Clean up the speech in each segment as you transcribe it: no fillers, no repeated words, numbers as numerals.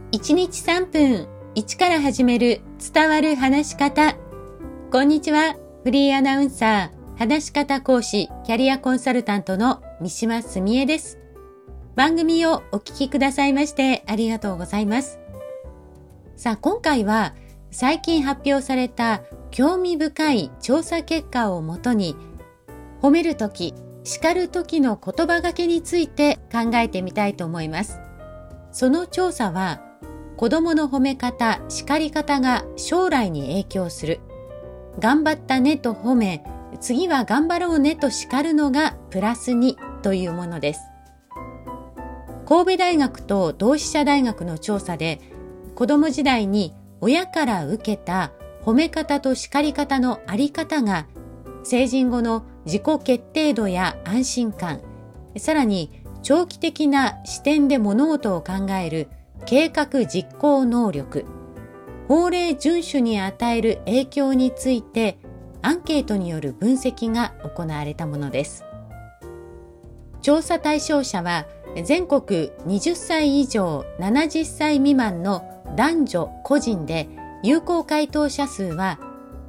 1日3分1から始める伝わる話し方。こんにちは。フリーアナウンサー、話し方講師、キャリアコンサルタントの三島澄江です。番組をお聞きくださいましてありがとうございます。さあ、今回は最近発表された興味深い調査結果をもとに、褒めるとき、叱るときの言葉がけについて考えてみたいと思います。その調査は、子供の褒め方、叱り方が将来に影響する。頑張ったねと褒め、次は頑張ろうねと叱るのがプラス2というものです。神戸大学と同志社大学の調査で、子供時代に親から受けた褒め方と叱り方のあり方が、成人後の自己決定度や安心感、さらに長期的な視点で物事を考える計画実行能力、法令遵守に与える影響についてアンケートによる分析が行われたものです。調査対象者は全国20歳以上70歳未満の男女個人で、有効回答者数は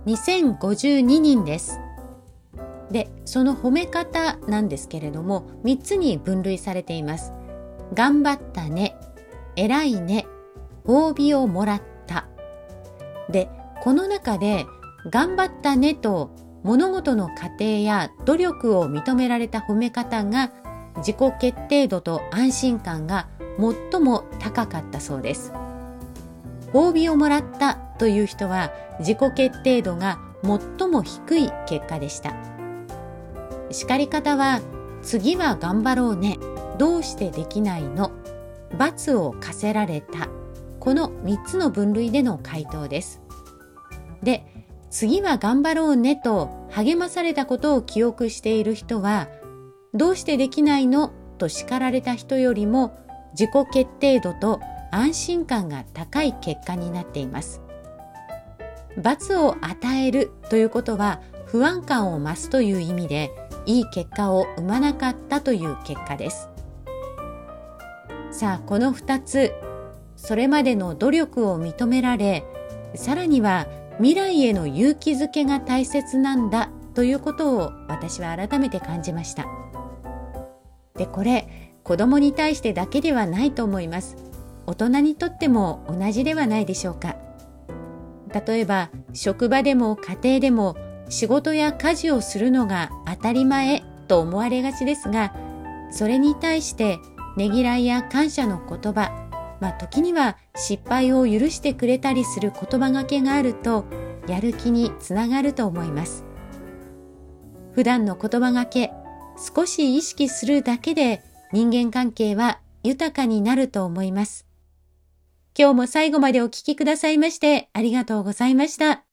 2052人です。で、その褒め方なんですけれども、3つに分類されています。頑張ったね、偉いね、褒美をもらった。で、この中で頑張ったねと物事の過程や努力を認められた褒め方が、自己決定度と安心感が最も高かったそうです。褒美をもらったという人は自己決定度が最も低い結果でした。叱り方は、次は頑張ろうね、どうしてできないの、罰を課せられた、この3つの分類での回答です。で、次は頑張ろうねと励まされたことを記憶している人は、どうしてできないのと叱られた人よりも自己決定度と安心感が高い結果になっています。罰を与えるということは不安感を増すという意味で、いい結果を生まなかったという結果です。さあ、この2つ、それまでの努力を認められ、さらには未来への勇気づけが大切なんだということを私は改めて感じました。で、これ子供に対してだけではないと思います。大人にとっても同じではないでしょうか。例えば職場でも家庭でも、仕事や家事をするのが当たり前と思われがちですが、それに対してねぎらいや感謝の言葉、時には失敗を許してくれたりする言葉がけがあると、やる気につながると思います。普段の言葉がけ、少し意識するだけで人間関係は豊かになると思います。今日も最後までお聞きくださいましてありがとうございました。